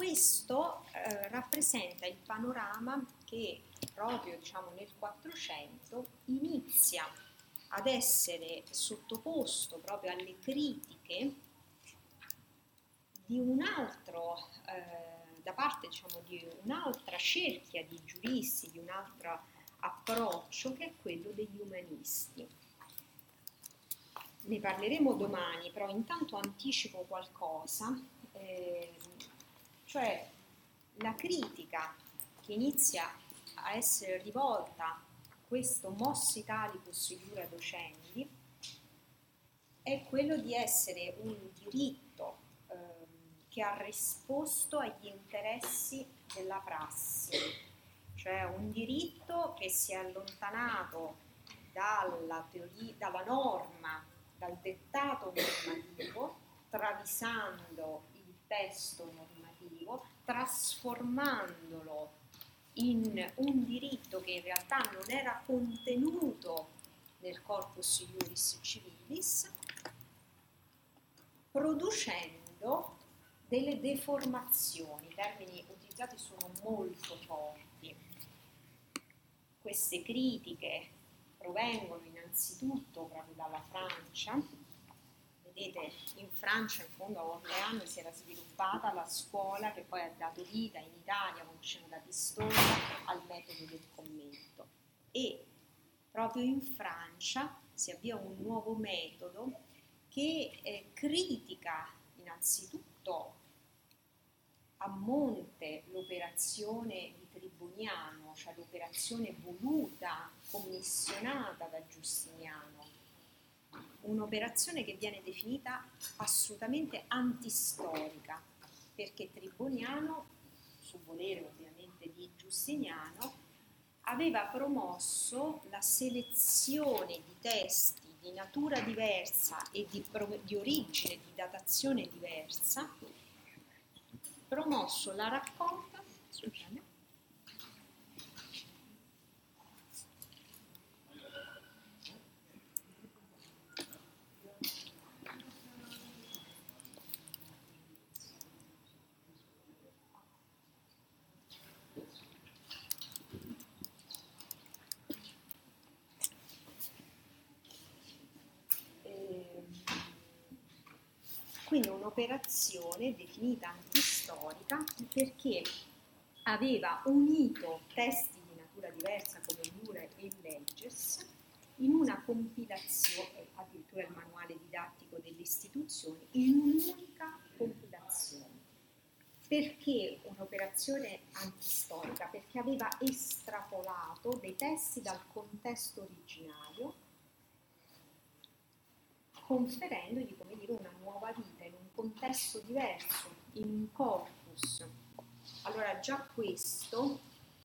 questo rappresenta il panorama che proprio nel 400 inizia ad essere sottoposto proprio alle critiche di un altro, da parte di un'altra cerchia di giuristi, di un altro approccio che è quello degli umanisti. Ne parleremo domani, però intanto anticipo qualcosa, cioè la critica che inizia a essere rivolta a questo mos italicus iura docendi è quello di essere un diritto che ha risposto agli interessi della prassi, cioè un diritto che si è allontanato dalla norma, dal dettato normativo, travisando il testo normativo, trasformandolo in un diritto che in realtà non era contenuto nel corpus iuris civilis, producendo delle deformazioni. I termini utilizzati sono molto forti. Queste critiche provengono innanzitutto proprio dalla Francia. Vedete, in Francia, in fondo a Orléans, si era sviluppata la scuola che poi ha dato vita in Italia, con Cino da Pistoia, al metodo del commento. E proprio in Francia si avvia un nuovo metodo che critica innanzitutto a monte l'operazione di Triboniano, cioè l'operazione voluta, commissionata da Giustiniano, un'operazione che viene definita assolutamente antistorica, perché Triboniano, su volere ovviamente di Giustiniano, aveva promosso la selezione di testi di natura diversa e di origine, di datazione diversa, promosso la raccolta, quindi un'operazione definita antistorica perché aveva unito testi di natura diversa come Iura e Leges in una compilazione, addirittura il manuale didattico delle istituzioni, in un'unica compilazione. Perché un'operazione antistorica? Perché aveva estrapolato dei testi dal contesto originario, conferendogli, come dire, una nuova vita in un contesto diverso, in un corpus. Allora già questo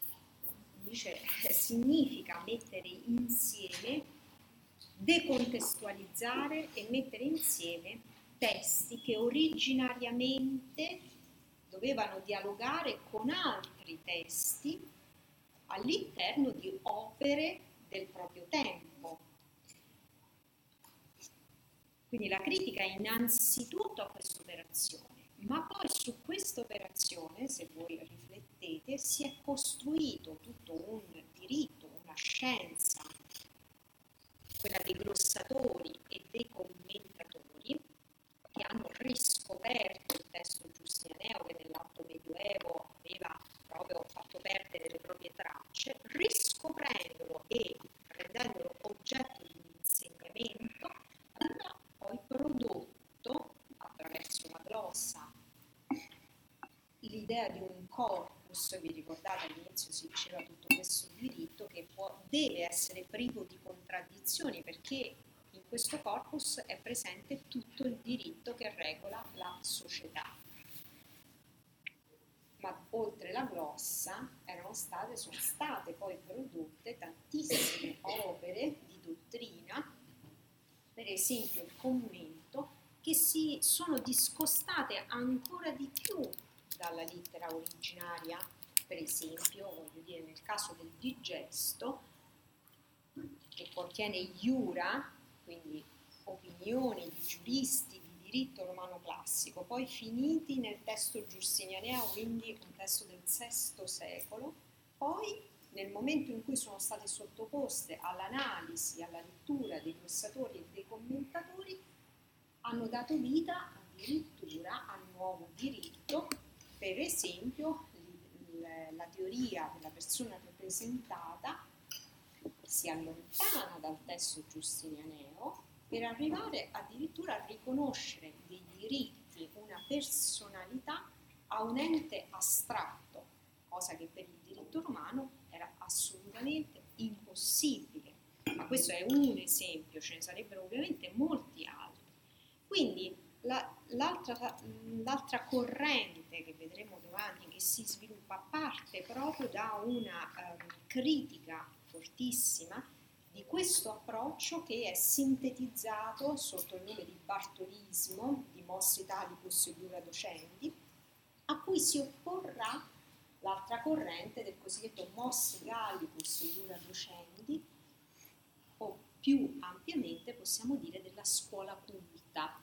significa mettere insieme, decontestualizzare e mettere insieme testi che originariamente dovevano dialogare con altri testi all'interno di opere del proprio tempo. Quindi la critica è innanzitutto a questa operazione, ma poi su questa operazione, se voi riflettete, si è costruito tutto un diritto, una scienza, quella dei glossatori e dei commentatori, che hanno riscoperto il testo giustinianeo che nell'Alto Medioevo aveva proprio fatto perdere le proprie tracce, riscoprendolo e rendendolo oggetto di un insegnamento, hanno poi prodotto attraverso una glossa l'idea di un corpus. Vi ricordate all'inizio si diceva tutto questo diritto che deve essere privo di contraddizioni, perché in questo corpus è presente tutto il diritto che regola la società. Ma oltre la glossa sono state poi prodotte tantissime opere di dottrina, per esempio il commento, che si sono discostate ancora di più dalla lettera originaria. Per esempio, nel caso del digesto, che contiene iura, quindi opinioni di giuristi di diritto romano classico, poi finiti nel testo giustinianeo, quindi un testo del VI secolo, poi nel momento in cui sono state sottoposte all'analisi, alla lettura dei glossatori e dei commentatori, hanno dato vita addirittura al nuovo diritto, per esempio la teoria della persona rappresentata si allontana dal testo giustinianeo per arrivare addirittura a riconoscere dei diritti, una personalità a un ente astratto, cosa che per il diritto romano era assolutamente impossibile. Ma questo è un esempio, ce ne sarebbero ovviamente molti altri. Quindi l'altra corrente che vedremo domani, che si sviluppa, parte proprio da una critica fortissima di questo approccio che è sintetizzato sotto il nome di bartolismo, di mos italicus iura docendi, a cui si opporrà l'altra corrente del cosiddetto mos gallicus iura docendi, o più ampiamente possiamo dire della scuola culta,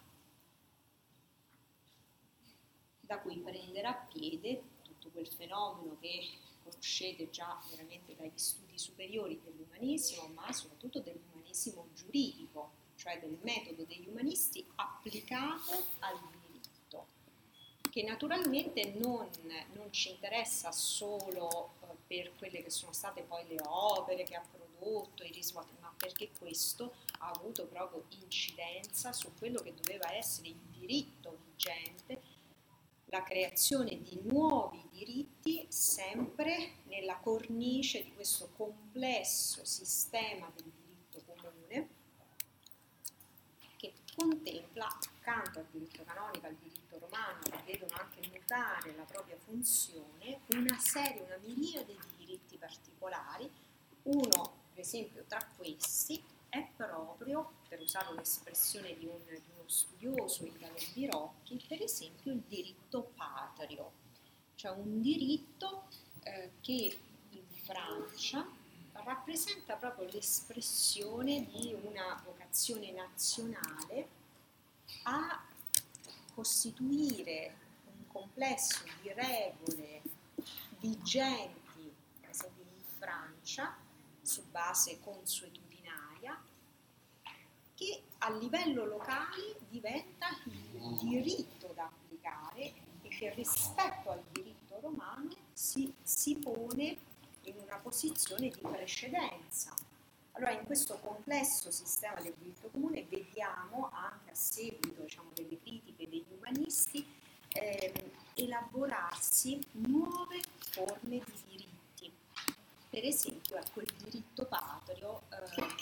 da cui prenderà piede tutto quel fenomeno che conoscete già veramente dagli studi superiori dell'umanesimo, ma soprattutto dell'umanesimo giuridico, cioè del metodo degli umanisti applicato al diritto, che naturalmente non ci interessa solo per quelle che sono state poi le opere che ha prodotto, i risvolti, ma perché questo ha avuto proprio incidenza su quello che doveva essere il diritto vigente, la creazione di nuovi diritti sempre nella cornice di questo complesso sistema del diritto comune che contempla, accanto al diritto canonico, al diritto romano, che vedono anche mutare la propria funzione, una serie, una miriade di diritti particolari. Uno, per esempio, tra questi è proprio, per usare un'espressione di uno studioso, Italo Birocchi, per esempio il diritto patrio, cioè un diritto che in Francia rappresenta proprio l'espressione di una vocazione nazionale a costituire un complesso di regole vigenti, per esempio in Francia, su base consuetudinaria, che a livello locale diventa il diritto da applicare e che rispetto al diritto romano si pone in una posizione di precedenza. Allora in questo complesso sistema del diritto comune vediamo, anche a seguito delle critiche degli umanisti, elaborarsi nuove forme di diritti. Per esempio, ecco, il diritto patrio